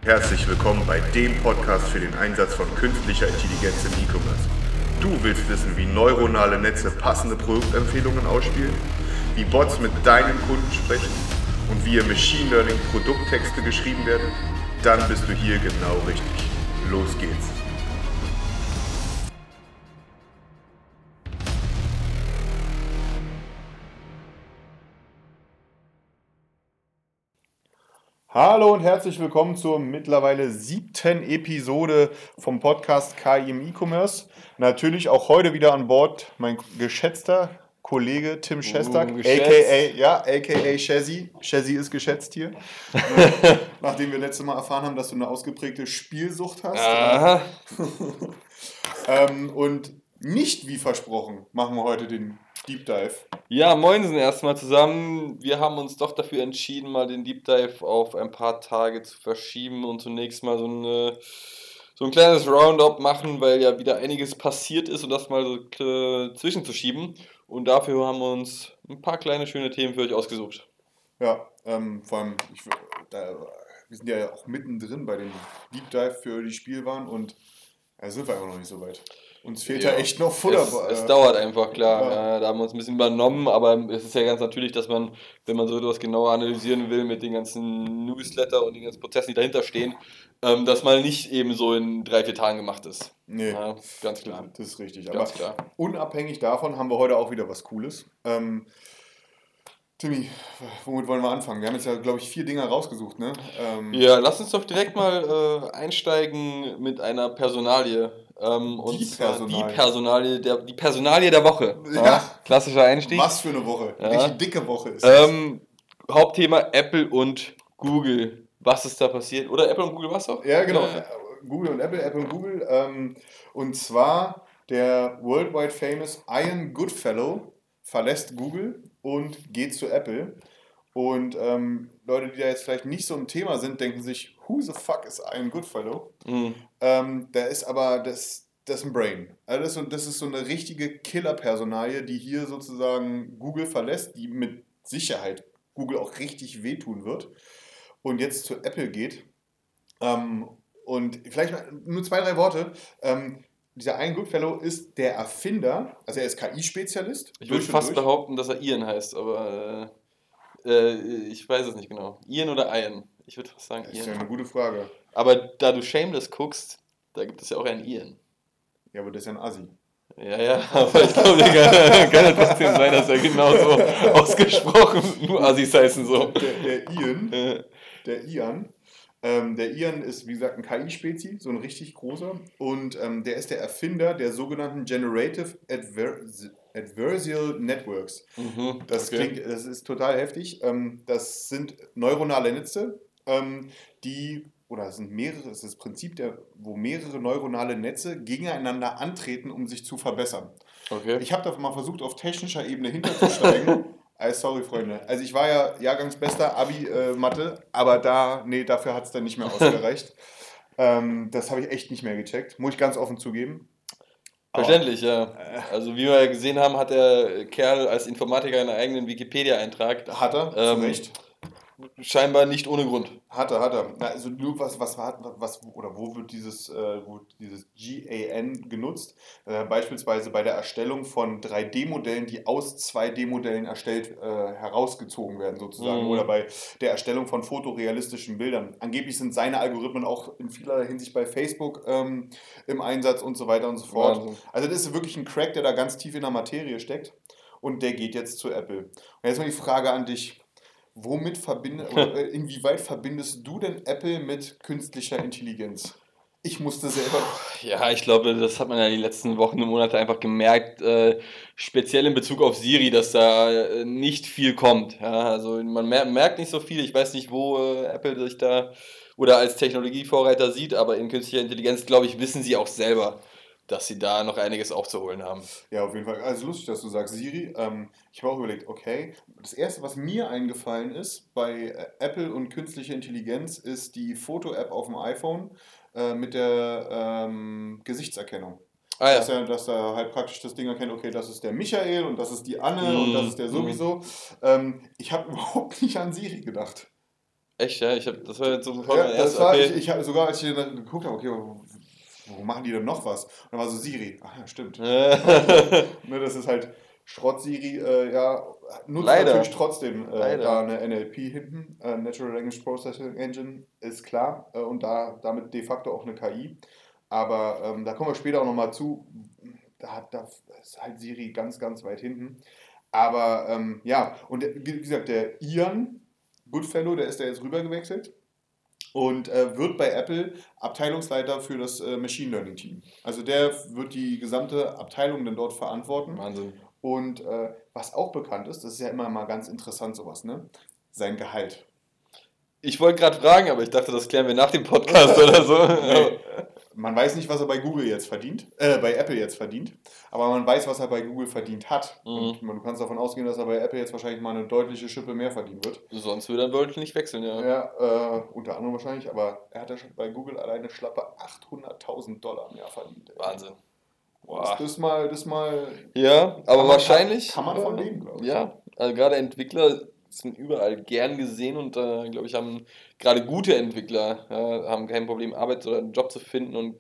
Herzlich willkommen bei dem Podcast für den Einsatz von künstlicher Intelligenz im E-Commerce. Du willst wissen, wie neuronale Netze passende Produktempfehlungen ausspielen, wie Bots mit deinen Kunden sprechen und wie im Machine Learning Produkttexte geschrieben werden? Dann bist du hier genau richtig. Los geht's! Hallo und herzlich willkommen zur mittlerweile 7. Episode vom Podcast KI im E-Commerce. Natürlich auch heute wieder an Bord mein geschätzter Kollege Tim Schestak, aka Shazzy. Shazzy ist geschätzt hier. Nachdem wir letztes Mal erfahren haben, dass du eine ausgeprägte Spielsucht hast. Aha. Und nicht wie versprochen machen wir heute den Deep Dive. Ja, moinsen erstmal zusammen. Wir haben uns doch dafür entschieden, mal den Deep Dive auf ein paar Tage zu verschieben und zunächst mal so ein kleines Roundup machen, weil ja wieder einiges passiert ist und das mal so zwischenzuschieben. Und dafür haben wir uns ein paar kleine schöne Themen für euch ausgesucht. Ja, vor allem, wir sind ja auch mittendrin bei dem Deep Dive für die Spielwaren und da sind wir einfach noch nicht so weit. Uns fehlt ja echt noch Futter. Es dauert einfach, klar. Ja. Da haben wir uns ein bisschen übernommen, aber es ist ja ganz natürlich, dass man, wenn man so etwas genauer analysieren will mit den ganzen Newsletter und den ganzen Prozessen, die dahinter stehen, dass mal nicht eben so in 3-4 Tagen gemacht ist. Nee, ja, ganz klar. Das ist richtig. Ganz Aber klar. Unabhängig davon haben wir heute auch wieder was Cooles. Timmy, womit wollen wir anfangen? Wir haben jetzt ja, glaube ich, 4 Dinger rausgesucht, ne? Ja, lass uns doch direkt mal einsteigen mit einer Personalie. Die Personalie der Woche. Ja. Klassischer Einstieg. Was für eine Woche. Ja. Richtig dicke Woche ist das. Hauptthema Apple und Google. Was ist da passiert? Oder Apple und Google, was auch? Ja, genau. Google und Apple, Apple und Google. Und zwar der worldwide famous Ian Goodfellow verlässt Google und geht zu Apple. Und Leute, die da jetzt vielleicht nicht so im Thema sind, denken sich, who the fuck is Ian Goodfellow? Mhm. Der ist aber, das ist ein Brain. Also das ist so eine richtige Killer-Personalie, die hier sozusagen Google verlässt, die mit Sicherheit Google auch richtig wehtun wird und jetzt zu Apple geht. Und vielleicht nur 2, 3 Worte. Dieser Ian Goodfellow ist der Erfinder, also er ist KI-Spezialist. Ich würde fast behaupten, dass er Ian heißt, aber ich weiß es nicht genau. Ian oder Ian? Ich würde fast sagen Ian. Das ist ja eine gute Frage. Aber da du Shameless guckst, da gibt es ja auch einen Ian. Ja, aber das ist ja ein Assi. Ja, aber ich glaube, kann ja trotzdem sein, dass er genauso ausgesprochen nur Assis heißen so. Der Ian ist, wie gesagt, ein KI-Spezi, so ein richtig großer. Und der ist der Erfinder der sogenannten Generative Adversarial Networks. Das ist total heftig. Das sind neuronale Netze, es ist das Prinzip, wo mehrere neuronale Netze gegeneinander antreten, um sich zu verbessern. Okay. Ich habe da mal versucht, auf technischer Ebene hinterzusteigen. Sorry, Freunde. Also ich war ja Jahrgangsbester Abi-Mathe, aber dafür hat es dann nicht mehr ausgereicht. Das habe ich echt nicht mehr gecheckt, muss ich ganz offen zugeben. Verständlich, ja. Also wie wir ja gesehen haben, hat der Kerl als Informatiker einen eigenen Wikipedia-Eintrag. Hat er, zu Recht. Scheinbar nicht ohne Grund. Hat er. Na, also nur wo wird dieses GAN genutzt? Beispielsweise bei der Erstellung von 3D-Modellen, die aus 2D-Modellen herausgezogen werden sozusagen. Oder bei der Erstellung von fotorealistischen Bildern. Angeblich sind seine Algorithmen auch in vielerlei Hinsicht bei Facebook im Einsatz und so weiter und so fort. Wahnsinn. Also das ist wirklich ein Crack, der da ganz tief in der Materie steckt. Und der geht jetzt zu Apple. Und jetzt mal die Frage an dich. Inwieweit verbindest du denn Apple mit künstlicher Intelligenz? Ich musste selber... Ja, ich glaube, das hat man ja die letzten Wochen und Monate einfach gemerkt, speziell in Bezug auf Siri, dass da nicht viel kommt. Ja, also man merkt nicht so viel, ich weiß nicht, wo Apple sich da oder als Technologievorreiter sieht, aber in künstlicher Intelligenz, glaube ich, wissen sie auch selber, dass sie da noch einiges aufzuholen haben. Ja, auf jeden Fall. Also lustig, dass du sagst Siri. Ich habe auch überlegt, okay, das Erste, was mir eingefallen ist bei Apple und künstlicher Intelligenz, ist die Foto-App auf dem iPhone mit der Gesichtserkennung. Ah, ja. Dass er halt praktisch das Ding erkennt, okay, das ist der Michael und das ist die Anne und das ist der sowieso. Ich habe überhaupt nicht an Siri gedacht. Echt, ja? Das war jetzt so Ja, mein das erster. war, Okay. ich habe sogar, als ich dann geguckt habe, okay, wo machen die denn noch was? Und dann war so Siri. Ach ja, stimmt. Ne, das ist halt Schrott-Siri, ja, nutzt natürlich Leider. trotzdem da Leider. eine NLP hinten. Natural Language Processing Engine ist klar und damit de facto auch eine KI. Aber da kommen wir später auch nochmal zu. Da ist halt Siri ganz, ganz weit hinten. Aber ja, und wie gesagt, der Ian Goodfellow, der ist da jetzt rüber gewechselt und wird bei Apple Abteilungsleiter für das Machine Learning Team. Also der wird die gesamte Abteilung dann dort verantworten. Wahnsinn. Und was auch bekannt ist, das ist ja immer mal ganz interessant sowas, ne? Sein Gehalt. Ich wollte gerade fragen, aber ich dachte, das klären wir nach dem Podcast oder so. Nee, man weiß nicht, was er bei Google jetzt verdient, bei Apple jetzt verdient, aber man weiß, was er bei Google verdient hat. Und Mhm. du kannst davon ausgehen, dass er bei Apple jetzt wahrscheinlich mal eine deutliche Schippe mehr verdienen wird. Sonst würde er Deutsch nicht wechseln, ja. Ja, unter anderem wahrscheinlich, aber er hat ja schon bei Google alleine schlappe $800.000 im Jahr verdient. Ey. Wahnsinn. Boah. Das mal Ja, aber wahrscheinlich. kann man von leben, glaube ich. Ja, also gerade Entwickler sind überall gern gesehen und glaube ich, haben gerade gute Entwickler haben kein Problem, Arbeit oder einen Job zu finden und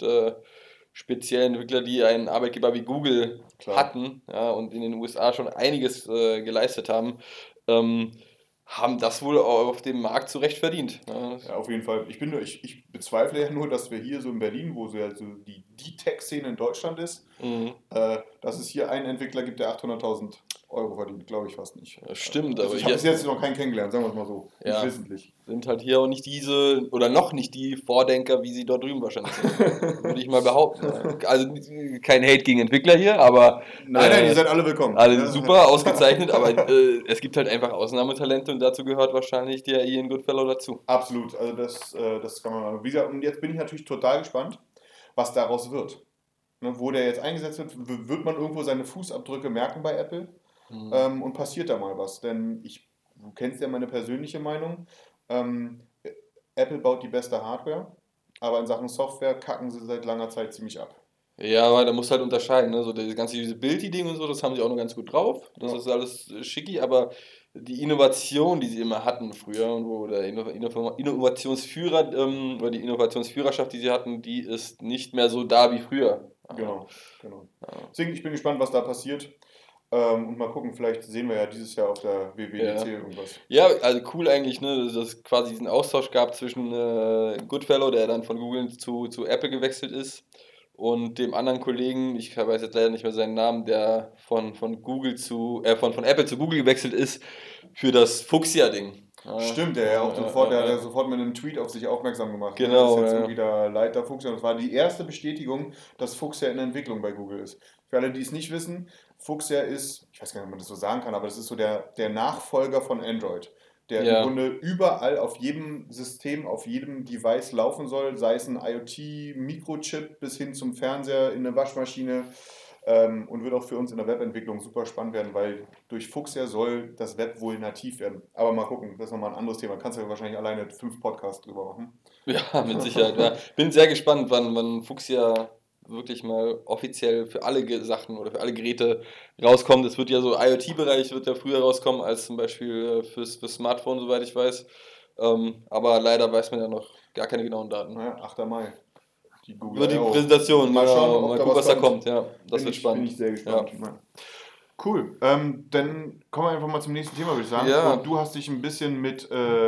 speziell Entwickler, die einen Arbeitgeber wie Google Klar. hatten und in den USA schon einiges geleistet haben, ähm, haben das wohl auf dem Markt zu Recht verdient. Ja. Ja, auf jeden Fall. Ich bezweifle ja nur, dass wir hier so in Berlin, wo so ja so die Tech-Szene in Deutschland ist, Mhm. dass es hier einen Entwickler gibt, der 800.000 Euro verdient. Glaube ich fast nicht. Das stimmt, Also aber ich habe hier bis jetzt noch keinen kennengelernt, sagen wir es mal so. Nicht ja, wissentlich. sind halt hier auch nicht diese oder noch nicht die Vordenker, wie sie dort drüben wahrscheinlich sind. Würde ich mal behaupten. Ja. Also kein Hate gegen Entwickler hier, aber Nein, ihr seid alle willkommen. alle super, ausgezeichnet, aber es gibt halt einfach Ausnahmetalente und dazu gehört wahrscheinlich der Ian Goodfellow dazu. Absolut, also das kann man. Wie gesagt, und jetzt bin ich natürlich total gespannt, was daraus wird. Ne, wo der jetzt eingesetzt wird, wird man irgendwo seine Fußabdrücke merken bei Apple Mhm. und passiert da mal was. Denn du kennst ja meine persönliche Meinung, ähm, Apple baut die beste Hardware, aber in Sachen Software kacken sie seit langer Zeit ziemlich ab. Ja, aber da musst du halt unterscheiden, ne? So diese Bild-Ideen und so, das haben sie auch noch ganz gut drauf. Das Ja. ist alles schicki, aber die Innovation, die sie immer hatten früher und wo der Innovationsführer oder die Innovationsführerschaft, die sie hatten, die ist nicht mehr so da wie früher. Genau, genau. Ja. Deswegen, ich bin gespannt, was da passiert. Und mal gucken, vielleicht sehen wir ja dieses Jahr auf der WWDC Ja. irgendwas. Ja, also cool eigentlich, ne, dass es quasi diesen Austausch gab zwischen Goodfellow, der dann von Google zu Apple gewechselt ist, und dem anderen Kollegen, ich weiß jetzt leider nicht mehr seinen Namen, der von Google von Apple zu Google gewechselt ist für das Fuchsia-Ding. Stimmt, der hat ja sofort mit einem Tweet auf sich aufmerksam gemacht. Ne? Er ist Genau, jetzt ja. irgendwie der Leiter Fuchsia. Und das war die erste Bestätigung, dass Fuchsia in der Entwicklung bei Google ist. Für alle, die es nicht wissen, Fuchsia ist, ich weiß gar nicht, ob man das so sagen kann, aber das ist so der Nachfolger von Android. Der im Ja. Grunde überall auf jedem System, auf jedem Device laufen soll, sei es ein IoT-Mikrochip bis hin zum Fernseher in eine Waschmaschine. Und wird auch für uns in der Webentwicklung super spannend werden, weil durch Fuchsia soll das Web wohl nativ werden. Aber mal gucken, das ist nochmal ein anderes Thema. Kannst du ja wahrscheinlich alleine 5 Podcasts drüber machen. Ja, mit Sicherheit. Ja. Bin sehr gespannt, wann Fuchsia wirklich mal offiziell für alle Sachen oder für alle Geräte rauskommt. Es wird ja so, IoT-Bereich wird ja früher rauskommen als zum Beispiel fürs Smartphone, soweit ich weiß. Aber leider weiß man ja noch gar keine genauen Daten. Naja, 8. Mai. Die Google Über die I.O. Präsentation, Mal genau. schauen, ob Mal da gucken, was da kommt. kommt. Ja, das wird spannend. Bin ich sehr gespannt. Ja. Cool. Dann kommen wir einfach mal zum nächsten Thema, würde ich sagen. Ja. Und du hast dich ein bisschen mit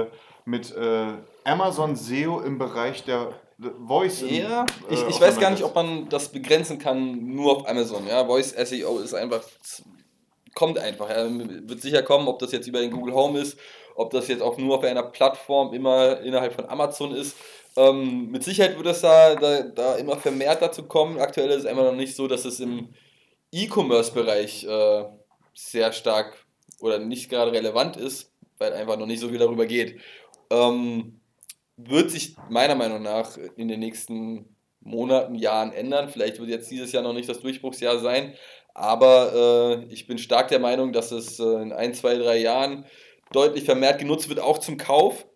Amazon SEO im Bereich der Voice. Ja, ich weiß gar nicht, ob man das begrenzen kann nur auf Amazon. Ja, Voice SEO ist einfach, kommt einfach. Ja. Wird sicher kommen, ob das jetzt über den Google Home ist, ob das jetzt auch nur auf einer Plattform immer innerhalb von Amazon ist. Mit Sicherheit wird es da immer vermehrt dazu kommen. Aktuell ist es einfach noch nicht so, dass es im E-Commerce-Bereich sehr stark oder nicht gerade relevant ist, weil einfach noch nicht so viel darüber geht. Wird sich meiner Meinung nach in den nächsten Monaten, Jahren ändern. Vielleicht wird jetzt dieses Jahr noch nicht das Durchbruchsjahr sein, aber ich bin stark der Meinung, dass es in 1, 2, 3 Jahren deutlich vermehrt genutzt wird, auch zum Kauf.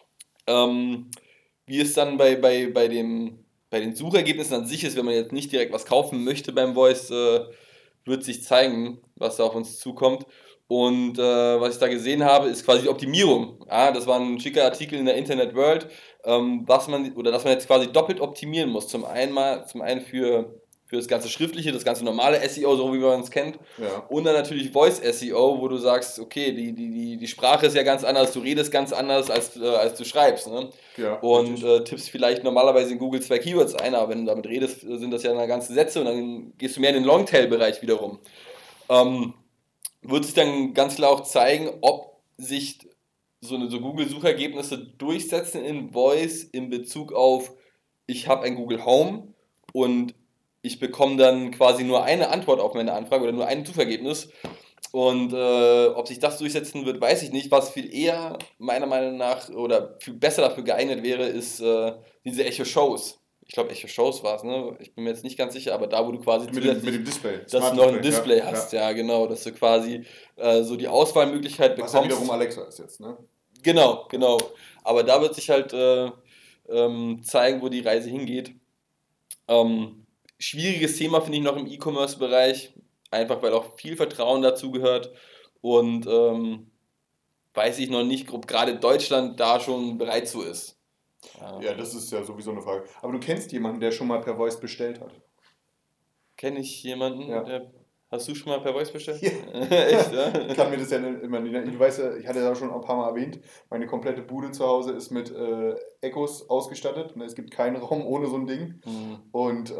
Wie es dann bei den Suchergebnissen an sich ist, wenn man jetzt nicht direkt was kaufen möchte beim Voice, wird sich zeigen, was da auf uns zukommt. Und was ich da gesehen habe, ist quasi die Optimierung. Ja, das war ein schicker Artikel in der Internet World, dass man jetzt quasi doppelt optimieren muss. Zum einen für das ganze Schriftliche, das ganze normale SEO, so wie man es kennt. Ja. Und dann natürlich Voice SEO, wo du sagst, okay, die Sprache ist ja ganz anders, du redest ganz anders, als du schreibst. Ne? Ja, und tippst vielleicht normalerweise in Google 2 Keywords ein, aber wenn du damit redest, sind das ja ganze Sätze und dann gehst du mehr in den Longtail-Bereich wiederum. Wird sich dann ganz klar auch zeigen, ob sich so Google-Suchergebnisse durchsetzen in Voice in Bezug auf, ich habe ein Google Home und ich bekomme dann quasi nur eine Antwort auf meine Anfrage oder nur ein Suchergebnis. Und ob sich das durchsetzen wird, weiß ich nicht. Was viel eher meiner Meinung nach oder viel besser dafür geeignet wäre, ist diese Echo-Shows. Ich glaube, Echo-Shows war es, ne? Ich bin mir jetzt nicht ganz sicher, aber da, wo du quasi mit dem Display. dass du noch ein Display hast, ja, genau, dass du quasi so die Auswahlmöglichkeit bekommst. Was ja wiederum Alexa ist jetzt, ne? Genau. Aber da wird sich halt zeigen, wo die Reise hingeht. Schwieriges Thema finde ich noch im E-Commerce-Bereich, einfach weil auch viel Vertrauen dazu gehört und weiß ich noch nicht, ob gerade Deutschland da schon bereit zu ist. Ja, das ist ja sowieso eine Frage. Aber du kennst jemanden, der schon mal per Voice bestellt hat? Kenne ich jemanden, Ja. Hast du schon mal per Voice bestellt? Ja. Echt, ja? Ich kann mir das ja immer nicht. Du weißt ja, ich hatte ja schon ein paar Mal erwähnt, meine komplette Bude zu Hause ist mit Echos ausgestattet. Es gibt keinen Raum ohne so ein Ding. Und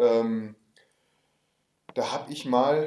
da habe ich mal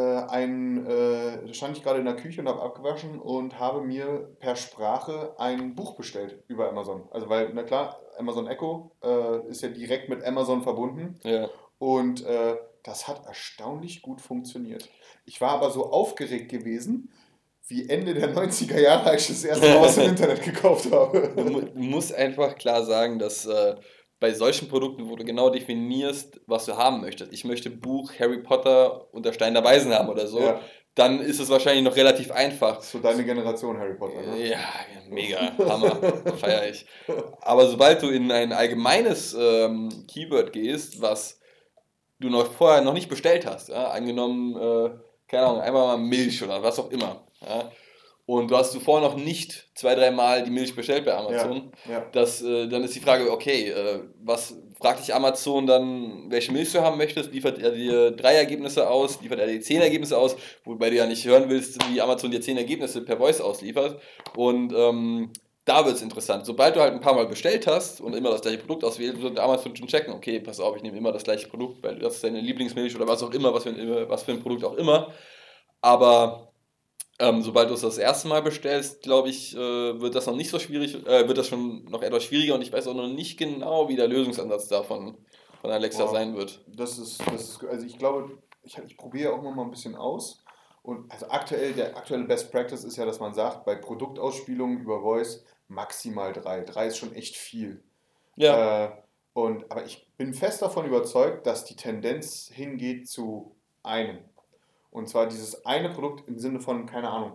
da stand ich gerade in der Küche und habe abgewaschen und habe mir per Sprache ein Buch bestellt über Amazon. Also weil, na klar, Amazon Echo ist ja direkt mit Amazon verbunden. Ja. Und das hat erstaunlich gut funktioniert. Ich war aber so aufgeregt gewesen, wie Ende der 90er Jahre, als ich das erste Mal was im Internet gekauft habe. Du musst einfach klar sagen, dass bei solchen Produkten, wo du genau definierst, was du haben möchtest, ich möchte Buch Harry Potter und der Stein der Weisen haben oder so, Ja. dann ist es wahrscheinlich noch relativ einfach. So deine Generation Harry Potter, ne? Ja, mega, Hammer, feier ich. Aber sobald du in ein allgemeines Keyword gehst, was du noch vorher noch nicht bestellt hast, ja, angenommen, keine Ahnung, einmal mal Milch oder was auch immer, ja, und du hast zuvor noch nicht 2-3 Mal die Milch bestellt bei Amazon, Ja. dann ist die Frage, okay, was fragt dich Amazon dann, welche Milch du haben möchtest? Liefert er dir 3 Ergebnisse aus? Liefert er dir 10 Ergebnisse aus? Wobei du ja nicht hören willst, wie Amazon dir 10 Ergebnisse per Voice ausliefert. Und da wird es interessant. Sobald du halt ein paar Mal bestellt hast und immer das gleiche Produkt auswählst, wird Amazon schon checken, okay, pass auf, ich nehme immer das gleiche Produkt, weil das ist deine Lieblingsmilch oder was auch immer, was für ein Produkt auch immer. Aber sobald du es das erste Mal bestellst, glaube ich, wird das noch nicht so schwierig, wird das schon noch etwas schwieriger und ich weiß auch noch nicht genau, wie der Lösungsansatz davon von Alexa sein wird. Also ich glaube, ich probiere auch mal ein bisschen aus. Und also der aktuelle Best Practice ist ja, dass man sagt, bei Produktausspielungen über Voice maximal 3. 3 ist schon echt viel. Ja. Aber ich bin fest davon überzeugt, dass die Tendenz hingeht zu einem. Und zwar dieses eine Produkt im Sinne von, keine Ahnung,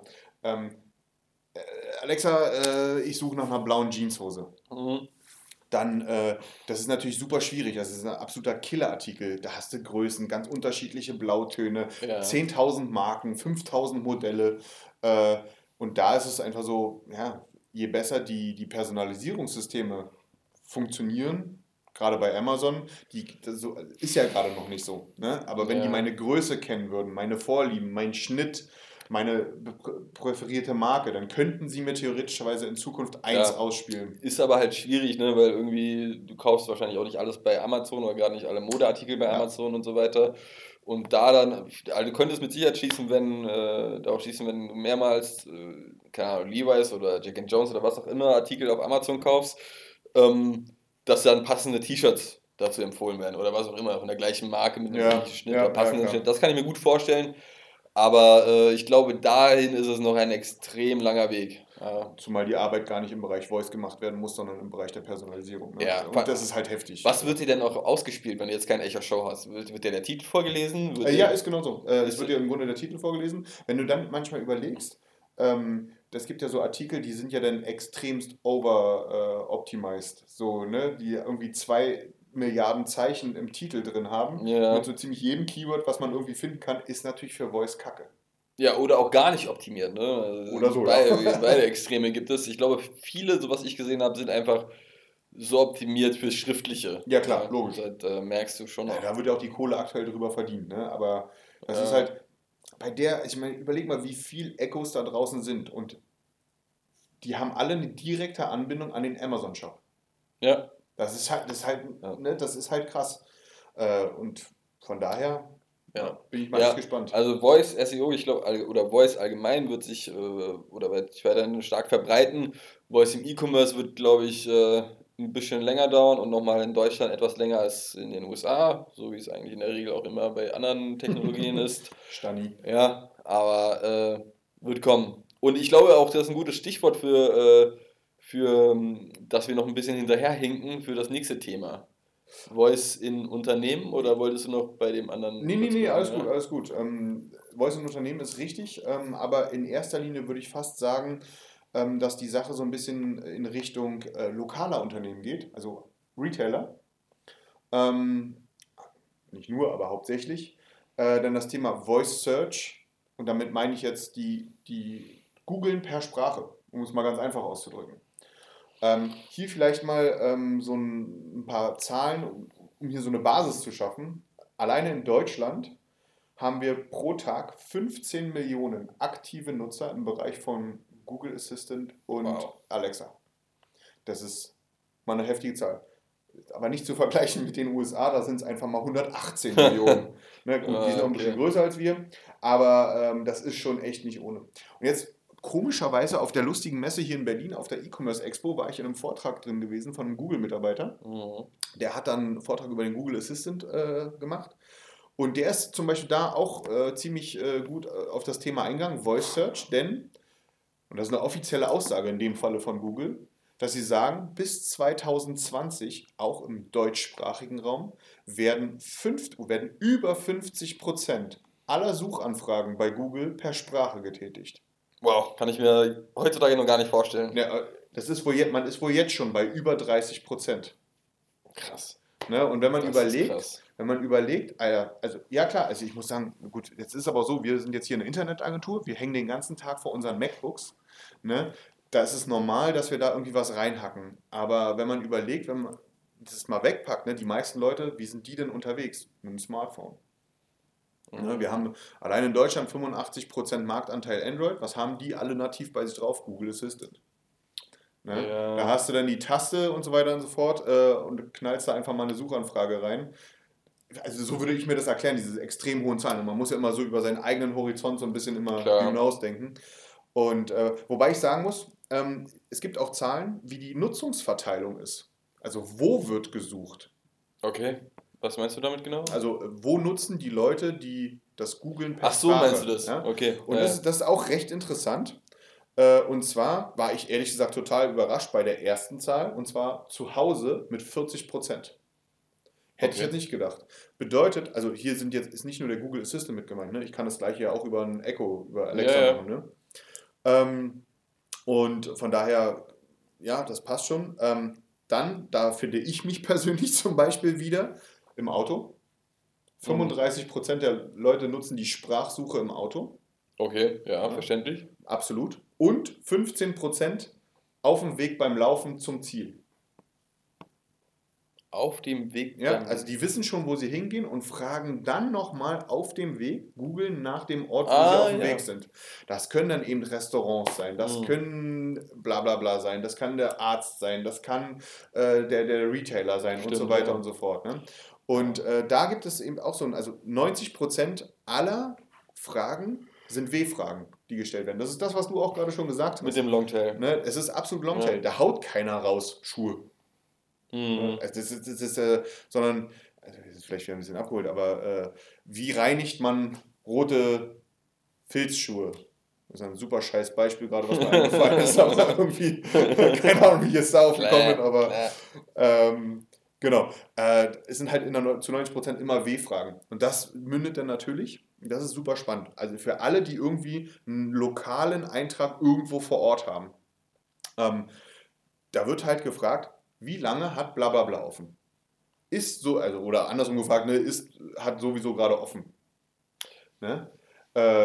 Alexa, ich suche nach einer blauen Jeanshose. Dann, das ist natürlich super schwierig. Das ist ein absoluter Killerartikel. Da hast du Größen, ganz unterschiedliche Blautöne, Ja. 10.000 Marken, 5.000 Modelle. Und da ist es einfach so, ja, je besser die Personalisierungssysteme funktionieren, gerade bei Amazon, das ist ja gerade noch nicht so. Ne? Aber wenn die meine Größe kennen würden, meine Vorlieben, meinen Schnitt, meine präferierte Marke, dann könnten sie mir theoretischerweise in Zukunft eins ausspielen. Ist aber halt schwierig, ne? Weil irgendwie, du kaufst wahrscheinlich auch nicht alles bei Amazon oder gar nicht alle Modeartikel bei Amazon und so weiter. Und da dann, also du könntest mit Sicherheit darauf schießen, wenn du mehrmals, keine Ahnung, Levi's oder Jack Jones oder was auch immer Artikel auf Amazon kaufst, dass dann passende T-Shirts dazu empfohlen werden oder was auch immer, von der gleichen Marke mit einem ähnlichen Schnitt oder passenden Schnitt. Das kann ich mir gut vorstellen. Aber ich glaube, dahin ist es noch ein extrem langer Weg. Zumal die Arbeit gar nicht im Bereich Voice gemacht werden muss, sondern im Bereich der Personalisierung. Ne? Ja, und das ist halt heftig. Was wird dir denn auch ausgespielt, wenn du jetzt keine Echo-Show hast? Wird dir der Titel vorgelesen? Ja, ist genau so. Es wird dir im Grunde der Titel vorgelesen. Wenn du dann manchmal überlegst, das gibt ja so Artikel, die sind ja dann extremst over-optimized. So, ne? Die irgendwie 2 Milliarden Zeichen im Titel drin haben. Ja. Mit so ziemlich jedem Keyword, was man irgendwie finden kann, ist natürlich für Voice Kacke. Ja, oder auch gar nicht optimiert, ne? Oder so, ja. Beide Extreme gibt es. Ich glaube, viele, so was ich gesehen habe, sind einfach so optimiert fürs Schriftliche. Ja, klar, Und logisch. das merkst du schon Ja, noch. da wird ja auch die Kohle aktuell drüber verdient, ne? Aber das ist Äh, halt bei der, ich meine, überleg mal, wie viel Echos da draußen sind und die haben alle eine direkte Anbindung an den Amazon-Shop. ja, ja, Das ist halt krass. Und von daher ja. bin ich mal echt Ja, gespannt. also Voice SEO, ich glaube, oder Voice allgemein wird sich oder wird sich weiterhin stark verbreiten. Voice im E-Commerce wird, glaube ich, ein bisschen länger dauern und nochmal in Deutschland etwas länger als in den USA, so wie es eigentlich in der Regel auch immer bei anderen Technologien ist. Stani. Ja, aber wird kommen. Und ich glaube auch, das ist ein gutes Stichwort dass wir noch ein bisschen hinterherhinken für das nächste Thema. Voice in Unternehmen oder wolltest du noch bei dem anderen kurz Nee, bleiben? alles gut, Ja? alles gut. Voice im Unternehmen ist richtig, aber in erster Linie würde ich fast sagen, dass die Sache so ein bisschen in Richtung lokaler Unternehmen geht, also Retailer. Ähm, nicht nur, aber hauptsächlich. Dann das Thema Voice Search. Und damit meine ich jetzt die Googeln per Sprache, um es mal ganz einfach auszudrücken. Hier vielleicht mal so ein paar Zahlen, um hier so eine Basis zu schaffen. Alleine in Deutschland haben wir pro Tag 15 Millionen aktive Nutzer im Bereich von Google Assistant und Wow. Alexa. Das ist mal eine heftige Zahl. Aber nicht zu vergleichen mit den USA, da sind es einfach mal 118 Millionen. Ne, gut, die sind Ah, auch ein bisschen okay. größer als wir, aber das ist schon echt nicht ohne. Und jetzt komischerweise auf der lustigen Messe hier in Berlin, auf der E-Commerce Expo, war ich in einem Vortrag drin gewesen von einem Google-Mitarbeiter. Mhm. Der hat dann einen Vortrag über den Google Assistant gemacht. Und der ist zum Beispiel da auch ziemlich gut auf das Thema eingegangen, Voice Search, denn, und das ist eine offizielle Aussage in dem Falle von Google, dass sie sagen, bis 2020, auch im deutschsprachigen Raum, werden über 50% aller Suchanfragen bei Google per Sprache getätigt. Wow, kann ich mir heutzutage noch gar nicht vorstellen. Ja, man ist wohl jetzt schon bei über 30%. Krass. Ne? Und Das ist krass. wenn man überlegt, Alter, also ja klar, also ich muss sagen, gut, jetzt ist aber so, wir sind jetzt hier eine Internetagentur, wir hängen den ganzen Tag vor unseren MacBooks, ne? Da ist es normal, dass wir da irgendwie was reinhacken. Aber wenn man überlegt, wenn man das mal wegpackt, ne, die meisten Leute, wie sind die denn unterwegs? Mit dem Smartphone. Ne? Wir Mhm. haben allein in Deutschland 85% Marktanteil Android. Was haben die alle nativ bei sich drauf? Google Assistant. Ne? Da Ja, hast du dann die Taste und so weiter und so fort und knallst da einfach mal eine Suchanfrage rein. Also so würde ich mir das erklären, diese extrem hohen Zahlen. Und man muss ja immer so über seinen eigenen Horizont so ein bisschen immer klar. hinausdenken. Und wobei ich sagen muss, es gibt auch Zahlen, wie die Nutzungsverteilung ist. Also wo wird gesucht? Okay. Was meinst du damit genau? Also wo nutzen die Leute das Googlen per Ach so, meinst du Sprache? das? Ja? Okay. Und das ist auch recht interessant. Und zwar war ich ehrlich gesagt total überrascht bei der ersten Zahl. Und zwar zu Hause mit 40%. Hätte ich Okay. jetzt nicht gedacht. Bedeutet, also hier ist nicht nur der Google Assistant mit gemeint, ne? Ich kann das gleiche ja auch über ein Echo, über Ja, Alexa ja. machen, ne? Ähm, und von daher, ja, das passt schon. Dann, da finde ich mich persönlich zum Beispiel wieder im Auto. Mhm. 35% der Leute nutzen die Sprachsuche im Auto. Okay, ja, Ja, verständlich. absolut. Und 15% auf dem Weg beim Laufen zum Ziel. Auf dem Weg Ja, beim. also die wissen schon, wo sie hingehen und fragen dann nochmal auf dem Weg, googeln nach dem Ort, wo sie Ah, auf dem Weg ja. sind. Das können dann eben Restaurants sein, das Mhm. können bla bla bla sein, das kann der Arzt sein, das kann der Retailer sein und so Stimmt, weiter ja. und so fort. Ne? Und Ja. da gibt es eben auch so also 90% aller Fragen sind W-Fragen, die gestellt werden. Das ist das, was du auch gerade schon gesagt Mit hast. dem Longtail. Ne? Es ist absolut Longtail. Ja. Da haut keiner raus Schuhe. Ne? Mhm. Also sondern, also das ist vielleicht wieder ein bisschen abgeholt, aber wie reinigt man rote Filzschuhe? Das ist ein super scheiß Beispiel gerade, was mir eingefallen ist, aber irgendwie, keine Ahnung, wie ich jetzt darauf gekommen bin, Klar, aber klar. genau. Es sind halt zu 90% immer W-Fragen. Und das mündet dann natürlich, das ist super spannend, also für alle, die irgendwie einen lokalen Eintrag irgendwo vor Ort haben. Ähm, Da wird halt gefragt, wie lange hat bla bla bla offen? Ist so, also, oder andersrum gefragt, ne, hat sowieso gerade offen. Ne? Äh,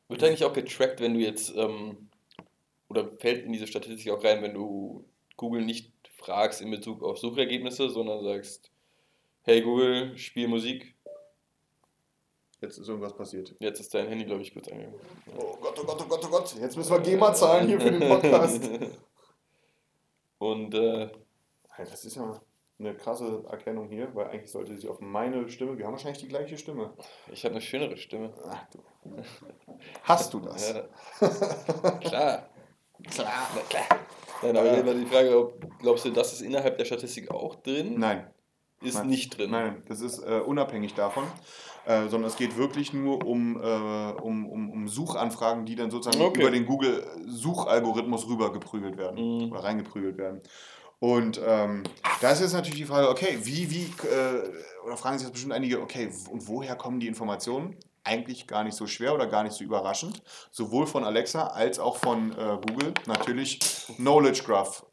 Wird eigentlich auch getrackt, wenn du jetzt, oder fällt in diese Statistik auch rein, wenn du Google nicht fragst in Bezug auf Suchergebnisse, sondern sagst, hey Google, spiel Musik. Jetzt ist irgendwas passiert. Jetzt ist dein Handy, glaube ich, kurz angegangen. Oh Gott, oh Gott, oh Gott, oh Gott. Jetzt müssen wir GEMA zahlen hier für den Podcast. Und Das ist ja eine krasse Erkennung hier, weil eigentlich sollte sie auf meine Stimme, wir haben wahrscheinlich die gleiche Stimme. ich habe eine schönere Stimme. Ach du. Hast du das? Ja, klar. Klar. Na klar. Nein, aber immer die Frage, glaubst du, das ist innerhalb der Statistik auch drin? Nein. Ist Nein. nicht drin. Nein, das ist unabhängig davon, sondern es geht wirklich nur um Suchanfragen, die dann sozusagen über den Google-Suchalgorithmus rübergeprügelt werden oder reingeprügelt werden. Und da ist jetzt natürlich die Frage, okay, oder fragen sich jetzt bestimmt einige, okay, und woher kommen die Informationen? Eigentlich gar nicht so schwer oder gar nicht so überraschend. Sowohl von Alexa als auch von Google. Natürlich Knowledge Graph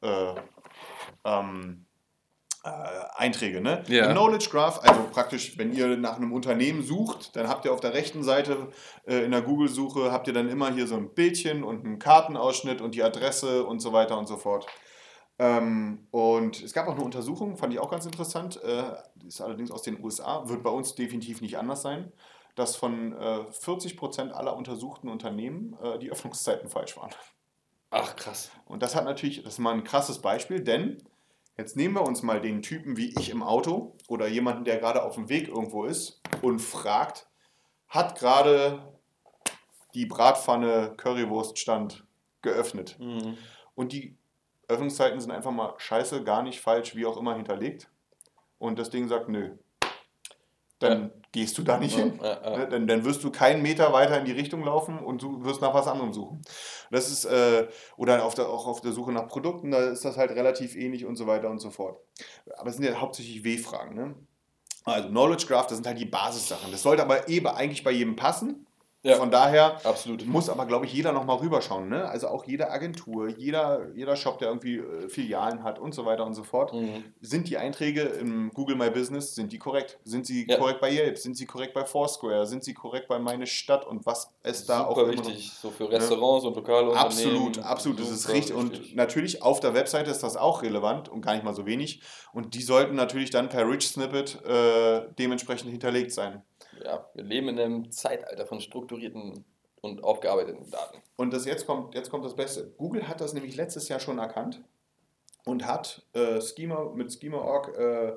Einträge. Ne? Ja. Im Knowledge Graph, also praktisch, wenn ihr nach einem Unternehmen sucht, dann habt ihr auf der rechten Seite in der Google-Suche, habt ihr dann immer hier so ein Bildchen und einen Kartenausschnitt und die Adresse und so weiter und so fort. Und es gab auch eine Untersuchung, fand ich auch ganz interessant, ist allerdings aus den USA, wird bei uns definitiv nicht anders sein, dass von 40% aller untersuchten Unternehmen die Öffnungszeiten falsch waren. Ach, krass. Und das ist mal ein krasses Beispiel, denn jetzt nehmen wir uns mal den Typen wie ich im Auto oder jemanden, der gerade auf dem Weg irgendwo ist und fragt, hat gerade die Bratpfanne Currywurststand geöffnet. Und die Öffnungszeiten sind einfach mal scheiße, gar nicht falsch, wie auch immer hinterlegt. Und das Ding sagt, nö. Dann gehst du da nicht hin. Dann wirst du keinen Meter weiter in die Richtung laufen und du wirst nach was anderem suchen. Das ist, oder auch auf der Suche nach Produkten, da ist das halt relativ ähnlich und so weiter und so fort. Aber es sind ja hauptsächlich W-Fragen. Ne? Also Knowledge Graph, das sind halt die Basissachen. Das sollte aber eigentlich bei jedem passen. Ja, von daher absolut. Muss aber, glaube ich, jeder nochmal rüberschauen. Ne? Also auch jede Agentur, jeder Shop, der irgendwie Filialen hat und so weiter und so fort. Sind die Einträge im Google My Business, sind die korrekt? Sind sie korrekt bei Yelp? Sind sie korrekt bei Foursquare? Sind sie korrekt bei Meine Stadt? Und was es da auch immer wichtig, so für Restaurants und lokale Unternehmen. Absolut, das ist richtig. Und natürlich auf der Webseite ist das auch relevant und gar nicht mal so wenig. Und die sollten natürlich dann per Rich Snippet dementsprechend hinterlegt sein. Ja, wir leben in einem Zeitalter von strukturierten und aufgearbeiteten Daten. Und jetzt kommt das Beste. Google hat das nämlich letztes Jahr schon erkannt und hat mit Schema.org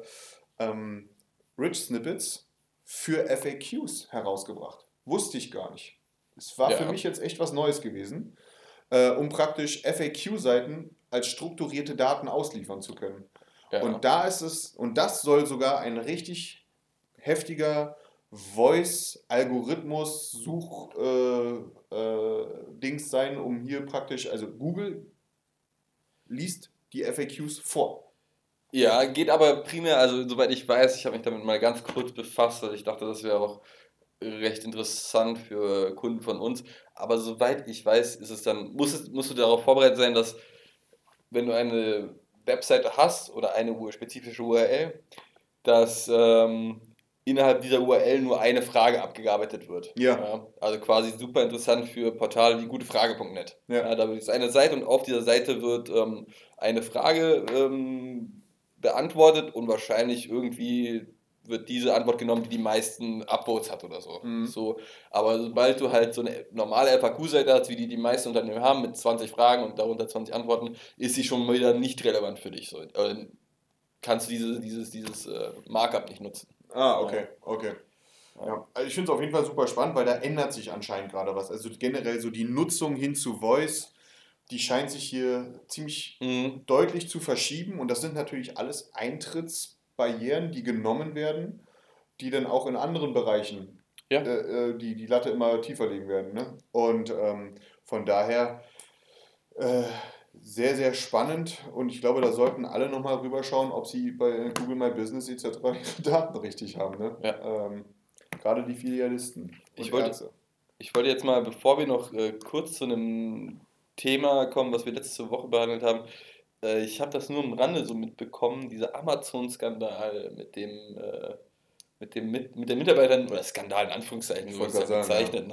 Rich Snippets für FAQs herausgebracht. Wusste ich gar nicht. Es war für mich jetzt echt was Neues gewesen, um praktisch FAQ-Seiten als strukturierte Daten ausliefern zu können. Ja. Und das soll sogar ein richtig heftiger Voice-Algorithmus, Dings sein, um hier praktisch, also Google liest die FAQs vor. Ja, geht aber primär, also soweit ich weiß, ich habe mich damit mal ganz kurz befasst, also ich dachte, das wäre auch recht interessant für Kunden von uns, aber soweit ich weiß, ist es dann, musst du darauf vorbereitet sein, dass wenn du eine Webseite hast oder eine spezifische URL, dass innerhalb dieser URL nur eine Frage abgearbeitet wird. Ja. Also quasi super interessant für Portale wie gutefrage.net. Ja. Da ist eine Seite und auf dieser Seite wird eine Frage beantwortet und wahrscheinlich irgendwie wird diese Antwort genommen, die meisten Upvotes hat oder so. So. Aber sobald du halt so eine normale FAQ-Seite hast, wie die meisten Unternehmen haben, mit 20 Fragen und darunter 20 Antworten, ist sie schon wieder nicht relevant für dich. So. Kannst du dieses Markup nicht nutzen. Okay. Ja. Also ich finde es auf jeden Fall super spannend, weil da ändert sich anscheinend gerade was. Also generell so die Nutzung hin zu Voice, die scheint sich hier ziemlich deutlich zu verschieben. Und das sind natürlich alles Eintrittsbarrieren, die genommen werden, die dann auch in anderen Bereichen die Latte immer tiefer legen werden. Ne? Und von daher sehr, sehr spannend. Und ich glaube, da sollten alle nochmal rüberschauen, ob sie bei Google My Business etc. ihre Daten richtig haben. Ne? Ja. Gerade die Filialisten. Ich wollte jetzt mal, bevor wir noch kurz zu einem Thema kommen, was wir letzte Woche behandelt haben, ich habe das nur am Rande so mitbekommen, dieser Amazon-Skandal mit den Mitarbeitern, oder Skandal in Anführungszeichen, so ist das bezeichnet, ne? Ja.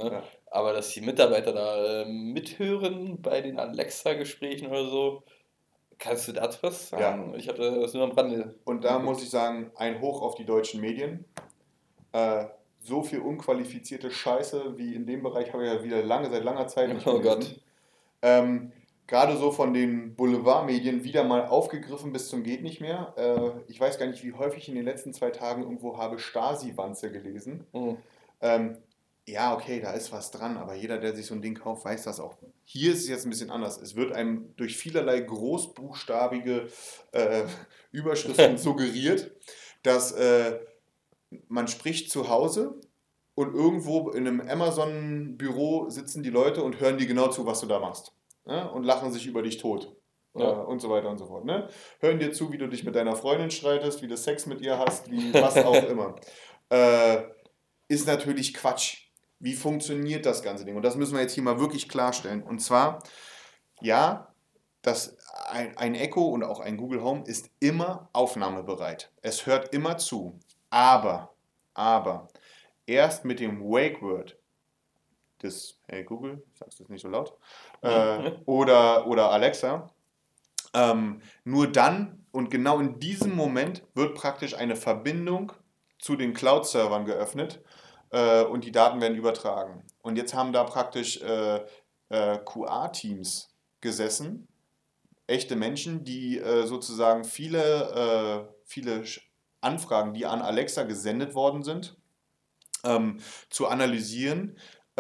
Aber dass die Mitarbeiter da mithören bei den Alexa-Gesprächen oder so, kannst du dazu was sagen? Ja. Ich hatte das nur am Rande. Und da muss ich sagen, ein Hoch auf die deutschen Medien. Äh, so viel unqualifizierte Scheiße wie in dem Bereich habe ich ja wieder seit langer Zeit nicht Oh gelesen. Gott. Gerade so von den Boulevardmedien wieder mal aufgegriffen bis zum geht nicht mehr. Ich weiß gar nicht, wie häufig ich in den letzten 2 Tagen irgendwo habe Stasi-Wanze gelesen. Mhm. Ja, okay, da ist was dran, aber jeder, der sich so ein Ding kauft, weiß das auch. Hier ist es jetzt ein bisschen anders. Es wird einem durch vielerlei großbuchstabige Überschriften suggeriert, dass man spricht zu Hause und irgendwo in einem Amazon-Büro sitzen die Leute und hören dir genau zu, was du da machst. Ja? Und lachen sich über dich tot. Ja. Und so weiter und so fort. Ne? Hören dir zu, wie du dich mit deiner Freundin streitest, wie du Sex mit ihr hast, wie was auch immer. Ist natürlich Quatsch. Wie funktioniert das ganze Ding? Und das müssen wir jetzt hier mal wirklich klarstellen. Und zwar, ja, ein Echo und auch ein Google Home ist immer aufnahmebereit. Es hört immer zu. Aber, erst mit dem Wake Word des, hey Google, sagst du es nicht so laut, oder Alexa, nur dann und genau in diesem Moment wird praktisch eine Verbindung zu den Cloud-Servern geöffnet und die Daten werden übertragen. Und jetzt haben da praktisch QA-Teams gesessen, echte Menschen, die sozusagen viele Anfragen, die an Alexa gesendet worden sind, zu analysieren,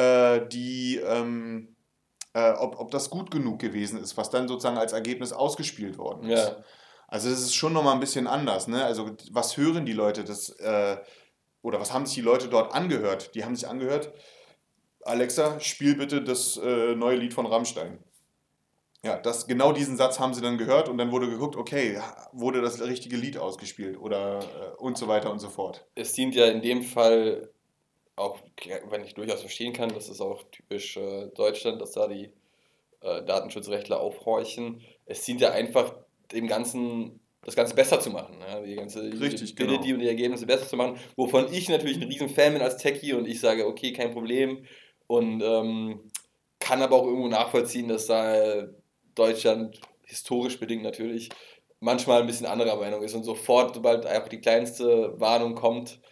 ob das gut genug gewesen ist, was dann sozusagen als Ergebnis ausgespielt worden ist. Ja. Also das ist schon nochmal ein bisschen anders. Ne? Also was hören die Leute, oder was haben sich die Leute dort angehört? Die haben sich angehört, Alexa, spiel bitte das neue Lied von Rammstein. Ja, genau diesen Satz haben sie dann gehört und dann wurde geguckt, okay, wurde das richtige Lied ausgespielt oder und so weiter und so fort. Es dient ja in dem Fall auch, wenn ich durchaus verstehen kann, das ist auch typisch Deutschland, dass da die Datenschutzrechtler aufhorchen. Es dient ja einfach dem Ganzen, das Ganze besser zu machen. Ja? Die ganze Richtig, Usability genau. und die Ergebnisse besser zu machen, wovon ich natürlich ein riesen Fan bin als Techie und ich sage, okay, kein Problem. Und kann aber auch irgendwo nachvollziehen, dass da Deutschland historisch bedingt natürlich manchmal ein bisschen anderer Meinung ist und sofort, sobald einfach die kleinste Warnung kommt,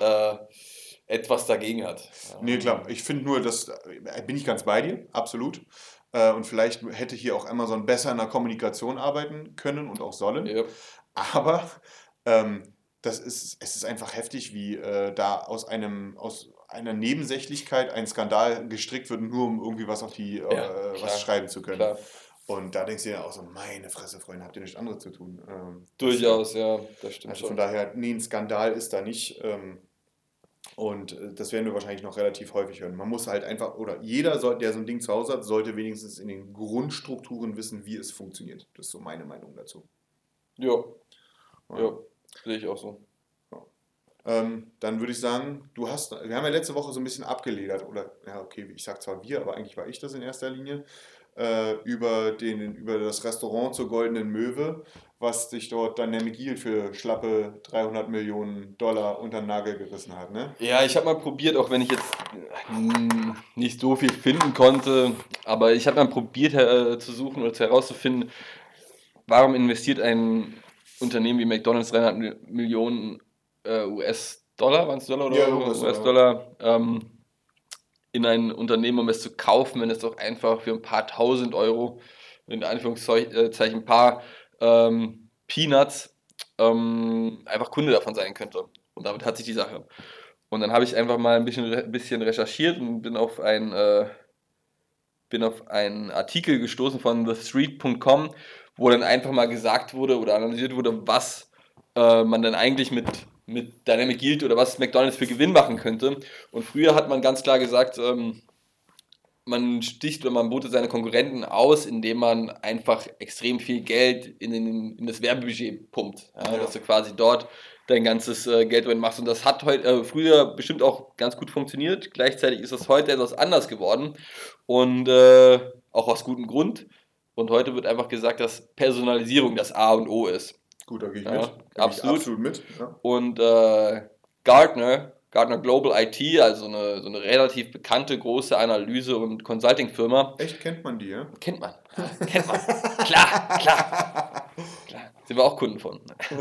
etwas dagegen hat. Nee, klar. Ich finde nur, bin ich ganz bei dir, absolut. Und vielleicht hätte hier auch Amazon besser in der Kommunikation arbeiten können und auch sollen. Ja. Aber es ist einfach heftig, wie da aus einer Nebensächlichkeit ein Skandal gestrickt wird, nur um irgendwie was was schreiben zu können. Klar. Und da denkst du dir auch so, meine Fresse, Freunde, habt ihr nichts anderes zu tun? Durchaus, ja, das stimmt Also schon. von daher, nee, ein Skandal ist da nicht. Und das werden wir wahrscheinlich noch relativ häufig hören. Man muss halt einfach, oder jeder, der so ein Ding zu Hause hat, sollte wenigstens in den Grundstrukturen wissen, wie es funktioniert. Das ist so meine Meinung dazu. Ja, Ja. sehe ich auch so. Dann würde ich sagen, wir haben ja letzte Woche so ein bisschen abgeledert, oder, ja, okay, ich sag zwar wir, aber eigentlich war ich das in erster Linie, über das Restaurant zur Goldenen Möwe, was sich dort Dynamic Yield für schlappe 300 Millionen Dollar unter den Nagel gerissen hat, ne? Ja, ich habe mal probiert, auch wenn ich jetzt nicht so viel finden konnte, aber ich habe mal probiert zu suchen oder herauszufinden, warum investiert ein Unternehmen wie McDonald's 300 Millionen US-Dollar, waren es Dollar oder Ja, Euro? US-Dollar. In ein Unternehmen, um es zu kaufen, wenn es doch einfach für ein paar tausend Euro, in Anführungszeichen ein paar Peanuts, einfach Kunde davon sein könnte. Und damit hat sich die Sache. Und dann habe ich einfach mal ein bisschen recherchiert und bin auf einen Artikel gestoßen von TheStreet.com, wo dann einfach mal gesagt wurde oder analysiert wurde, was man dann eigentlich mit Dynamic Yield oder was McDonald's für Gewinn machen könnte. Und früher hat man ganz klar gesagt, man sticht oder man botet seine Konkurrenten aus, indem man einfach extrem viel Geld in das Werbebudget pumpt. Ja, dass du quasi dort dein ganzes Geld drin machst. Und das hat früher bestimmt auch ganz gut funktioniert. Gleichzeitig ist das heute etwas anders geworden. Und auch aus gutem Grund. Und heute wird einfach gesagt, dass Personalisierung das A und O ist. Gut, da gehe ich Ja, mit. Da gehe ich absolut. absolut mit. Ja. Und Gartner Gartner Global IT, also so eine relativ bekannte große Analyse- und Consulting-Firma. Echt, kennt man die, ja? Kennt man. Ja, kennt man. Klar. Sind wir auch Kunden von.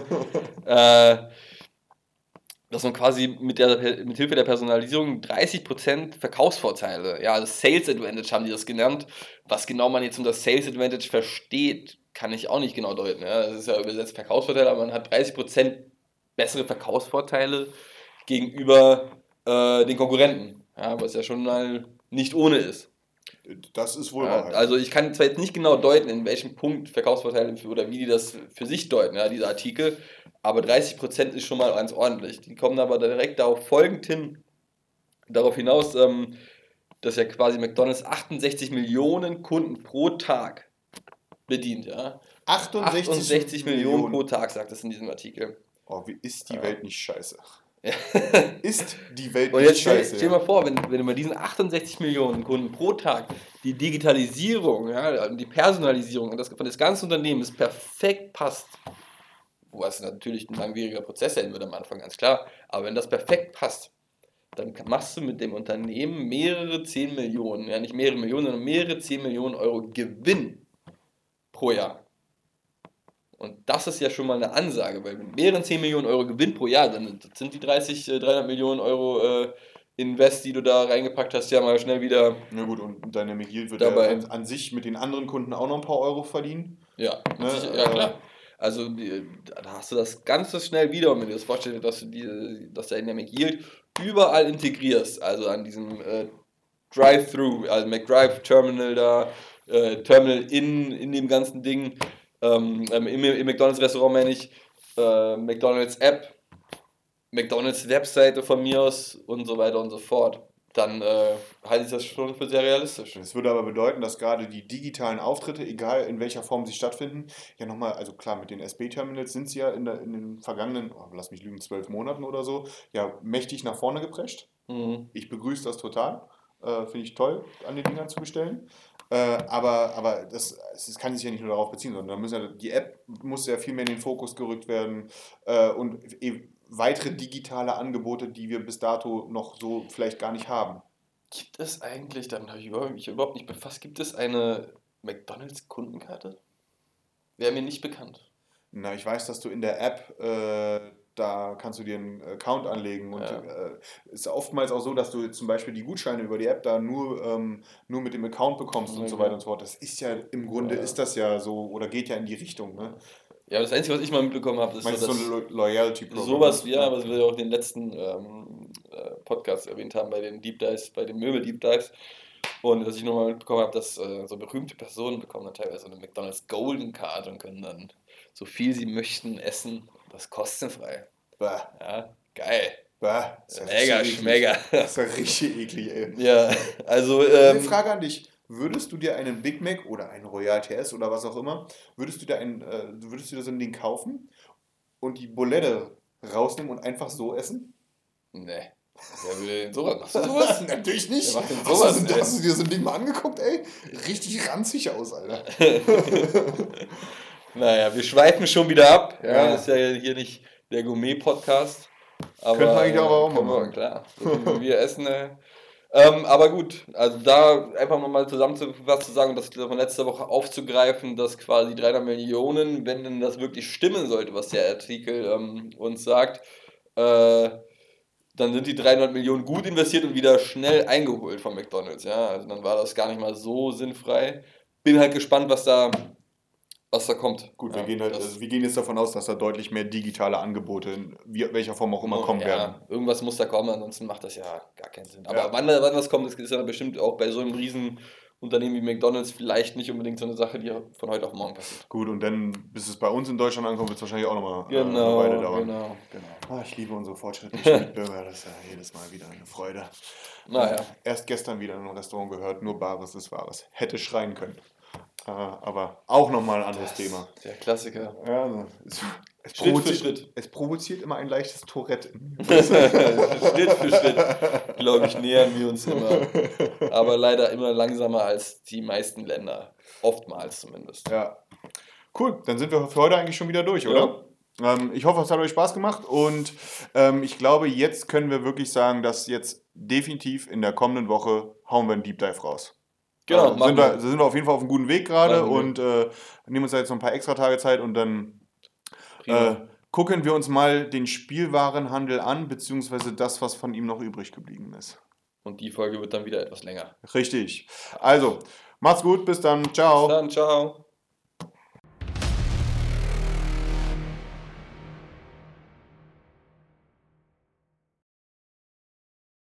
Dass man quasi mit Hilfe der Personalisierung 30% Verkaufsvorteile, ja, also Sales Advantage haben die das genannt. Was genau man jetzt unter Sales Advantage versteht, kann ich auch nicht genau deuten. Ja. Das ist ja übersetzt Verkaufsvorteile, aber man hat 30% bessere Verkaufsvorteile gegenüber den Konkurrenten, ja, was ja schon mal nicht ohne ist. Das ist wohl Ja, wahr. also ich kann zwar jetzt nicht genau deuten, in welchem Punkt Verkaufsvorteile oder wie die das für sich deuten, ja, diese Artikel, aber 30% ist schon mal ganz ordentlich. Die kommen aber direkt darauf darauf hinaus, dass ja quasi McDonald's 68 Millionen Kunden pro Tag bedient. Ja. 68 Millionen pro Tag, sagt es in diesem Artikel. Oh, wie ist die Welt nicht scheiße? Ja. Ist die Welt Und nicht jetzt scheiße? stell dir mal vor, wenn du bei diesen 68 Millionen Kunden pro Tag die Digitalisierung, ja, die Personalisierung und von das ganze Unternehmen perfekt passt, was natürlich ein langwieriger Prozess sein wird am Anfang, ganz klar, aber wenn das perfekt passt, dann machst du mit dem Unternehmen mehrere 10 Millionen, ja nicht mehrere Millionen, sondern mehrere 10 Millionen Euro Gewinn pro Jahr. Und das ist ja schon mal eine Ansage, weil mit mehreren 10 Millionen Euro Gewinn pro Jahr, dann sind die 300 Millionen Euro Invest, die du da reingepackt hast, ja mal schnell wieder. Na gut, und Dynamic Yield wird dabei. ja an sich mit den anderen Kunden auch noch ein paar Euro verdienen. Ja, ne? ja klar. Also da hast du das Ganze schnell wieder, und wenn du dir das vorstellst, dass du dass der Dynamic Yield überall integrierst, also an diesem Drive-Thru, also McDrive Terminal da, Terminal in dem ganzen Ding, im McDonald's Restaurant meine ich, McDonald's App, McDonald's Webseite von mir aus und so weiter und so fort, dann halte ich das schon für sehr realistisch. Das würde aber bedeuten, dass gerade die digitalen Auftritte, egal in welcher Form sie stattfinden, ja nochmal, also klar, mit den SB-Terminals sind sie ja in den vergangenen, lass mich lügen, 12 Monaten oder so, ja mächtig nach vorne geprescht. Mhm. Ich begrüße das total. Finde ich toll, an den Dingern zu bestellen. Aber das kann sich ja nicht nur darauf beziehen, sondern die App muss ja viel mehr in den Fokus gerückt werden und weitere digitale Angebote, die wir bis dato noch so vielleicht gar nicht haben. Gibt es eigentlich, damit habe ich mich überhaupt nicht befasst, gibt es eine McDonald's-Kundenkarte? Wäre mir nicht bekannt. Na, ich weiß, dass du in der App, da kannst du dir einen Account anlegen und ist oftmals auch so, dass du zum Beispiel die Gutscheine über die App da nur mit dem Account bekommst und so weiter und so fort. Das ist ja, im Grunde ist das ja so oder geht ja in die Richtung, ne? Ja, das Einzige, was ich mal mitbekommen habe, ist Meinst du so ein Loyalty-Programm? sowas, ja, was wir auch in den letzten Podcasts erwähnt haben, bei den Deep Dives, bei den Möbel-Deep Dives. Und was ich nochmal mitbekommen habe, dass so berühmte Personen bekommen dann teilweise eine McDonald's Golden Card und können dann so viel sie möchten essen. Das kostenfrei. Bäh. Ja, geil. Bäh. Das ist ja Mega, richtig schmecka. Das ist ja richtig eklig, ey. Ja, also. Eine Frage an dich. Würdest du dir einen Big Mac oder einen Royal TS oder was auch immer, würdest du dir so ein Ding kaufen und die Bulette rausnehmen und einfach so essen? Nee. Wer will denn sowas? Machst du sowas? Natürlich nicht. Wer macht denn sowas, Hast du dir so ein Ding mal angeguckt, ey? Richtig ranzig aus, Alter. Naja, wir schweifen schon wieder ab. Ja, Ja. das ist ja hier nicht der Gourmet-Podcast. Aber, Können wir eigentlich aber auch mal können wir, machen. klar. So wie wir essen. Aber gut, also da einfach nochmal zusammenzufassen, zu sagen, das von letzter Woche aufzugreifen, dass quasi 300 Millionen, wenn denn das wirklich stimmen sollte, was der Artikel uns sagt, dann sind die 300 Millionen gut investiert und wieder schnell eingeholt von McDonald's. Ja? Also dann war das gar nicht mal so sinnfrei. Bin halt gespannt, was da kommt. Gut, ja, wir gehen jetzt davon aus, dass da deutlich mehr digitale Angebote in welcher Form auch immer kommen werden. Irgendwas muss da kommen, ansonsten macht das ja gar keinen Sinn. Aber Ja. wann das kommt, ist ja bestimmt auch bei so einem riesen Unternehmen wie McDonald's vielleicht nicht unbedingt so eine Sache, die von heute auf morgen passiert. Gut, und dann, bis es bei uns in Deutschland ankommt, wird es wahrscheinlich auch nochmal eine Weile dauern. Genau. Ich liebe unsere fortschrittlichen Mitbürger, das ist ja jedes Mal wieder eine Freude. Naja. Erst gestern wieder in einem Restaurant gehört, nur Bares ist Wahres. Hätte schreien können. Aber auch nochmal ein anderes Thema. Der Klassiker. Ja, also Schritt für Schritt. Es provoziert immer ein leichtes Tourette. Schritt für Schritt, glaube ich, nähern wir uns immer. Aber leider immer langsamer als die meisten Länder. Oftmals zumindest. Ja. Cool, dann sind wir für heute eigentlich schon wieder durch, oder? Ich hoffe, es hat euch Spaß gemacht und ich glaube, jetzt können wir wirklich sagen, dass jetzt definitiv in der kommenden Woche hauen wir einen Deep Dive raus. Genau, Sind machen wir. sind wir auf jeden Fall auf einem guten Weg gerade Machen wir. und nehmen uns da jetzt noch ein paar extra Tage Zeit und dann Prima. gucken wir uns mal den Spielwarenhandel an, beziehungsweise das, was von ihm noch übrig geblieben ist. Und die Folge wird dann wieder etwas länger. Richtig. Also, macht's gut, bis dann. Bis Ciao. dann, ciao.